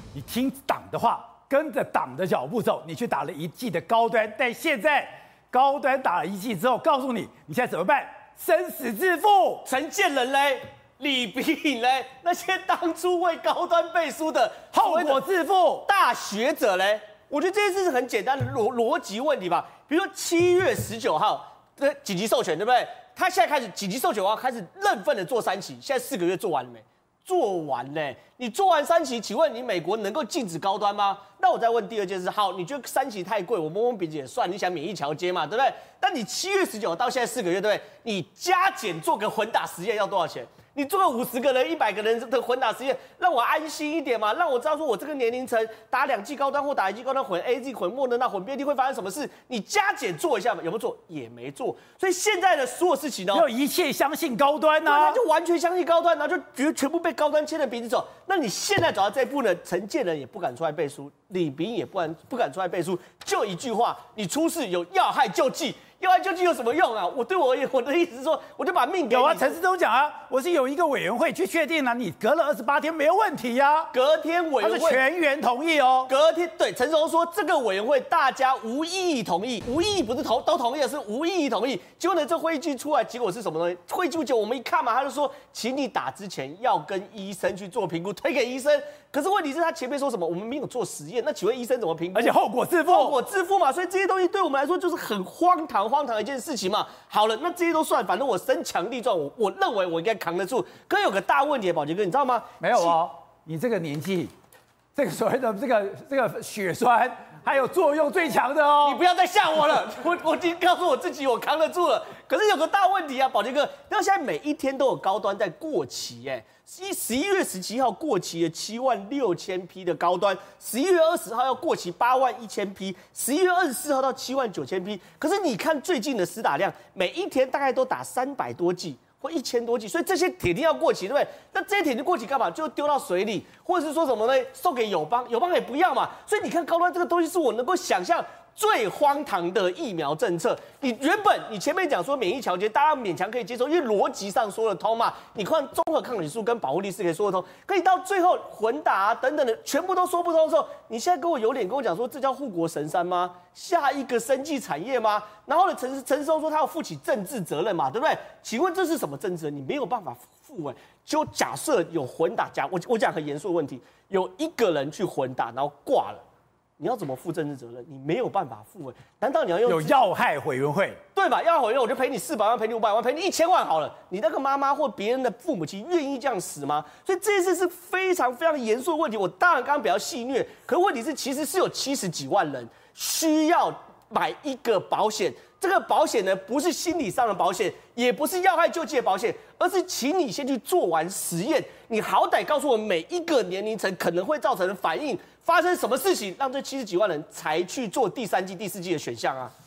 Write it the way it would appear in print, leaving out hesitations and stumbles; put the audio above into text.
你听党的话，跟着党的脚步走，你去打了1剂的高端，但现在高端打了1剂之后，告诉你你现在怎么办？生死自负。 陈建仁嘞，李秉颖嘞，那些当初为高端背书的后果自负大学者嘞，我觉得这件事是很简单的逻辑问题吧。比如说7月19号的紧急授权，对不对？他现在开始紧急授权，我要开始认份的做3期，现在4个月做完了没？做完嘞，你做完3期，请问你美国能够禁止高端吗？那我再问第二件事，好，你觉得3期太贵，我摸摸鼻子也算，你想免疫桥接嘛，对不对？但你7月19到现在4个月，对不对？你加减做个混打实验要多少钱？你做个50个人、100个人的混打实验，让我安心一点嘛，让我知道说我这个年龄层打2剂高端或打1剂高端混 AZ 混莫德纳混 BNT 会发生什么事？你加减做一下嘛，有没有做？也没做。所以现在的所有事情呢， 要一切相信高端啊， 啊， 就完全相信高端，然后就觉得全部被高端牵着鼻子走。那你现在走到这一步呢？陈建仁也不敢出来背书，李秉颖也不敢出来背书，就一句话：你出事有要害救济。要害救济有什么用啊？对我而言，我的意思是说，我就把命给你。 有啊，陈时中讲啊，我是有一个委员会去确定了，你隔了28天没有问题呀、啊。 隔天委员会他是全员同意哦。 隔天对陈时中说，这个委员会大家无异议同意，无异议不是都同意的，是无异议同意。结果呢，这会议记出来，结果是什么东西？会议记结果我们一看嘛，他就说，请你打之前要跟医生去做评估，推给医生。可是问题是，他前面说什么？我们没有做实验，那请问医生怎么评估？ 而且后果自负， 后果自负嘛。所以这些东西对我们来说就是很荒唐的一件事情嘛。好了，那这些都算，反正我身强力壮，我认为我应该扛得住。可有个大问题，宝杰哥，你知道吗？ 没有哦，你这个年纪，这个所谓的这个血栓还有作用最强的哦。 你不要再吓我了，我已经告诉我自己我扛得住了。可是有个大问题啊，宝杰哥，那现在每一天都有高端在过期耶。11月17号过期的76000批的高端，11月20号要过期81000批，11月24号到79000批。可是你看最近的施打量，每一天大概都打300多剂或1000多剂，所以这些铁定要过期，对不对？那这些铁定过期干嘛？就丢到水里，或者是说什么呢？送给友邦，友邦也不要嘛。所以你看高端这个东西是我能够想象最荒唐的疫苗政策。你原本你前面讲说免疫调节，大家勉强可以接受，因为逻辑上说得通嘛。你看综合抗体素跟保护力是可以说得通，可以到最后混打啊等等的全部都说不通的时候，你现在跟我有脸跟我讲说这叫护国神山吗？下一个生技产业吗？然后呢，陈时中说他要负起政治责任嘛，对不对？请问这是什么政治？你没有办法负哎。就假设有混打，我讲很严肃的问题，有1个人去混打，然后挂了。你要怎么负政治责任？你没有办法负哎，难道你要用有要害委员会对吧？要害委员会我就赔你400万，赔你500万，赔你1000万好了。你那个妈妈或别人的父母亲愿意这样死吗？所以这件事是非常严肃的问题。我当然刚刚比较戏谑，可是问题是其实是有70几万人需要买一个保险。这个保险呢，不是心理上的保险，也不是要害救济的保险，而是请你先去做完实验，你好歹告诉我每一个年龄层可能会造成的反应，发生什么事情，让这70几万人才去做第3剂、第4剂的选项啊？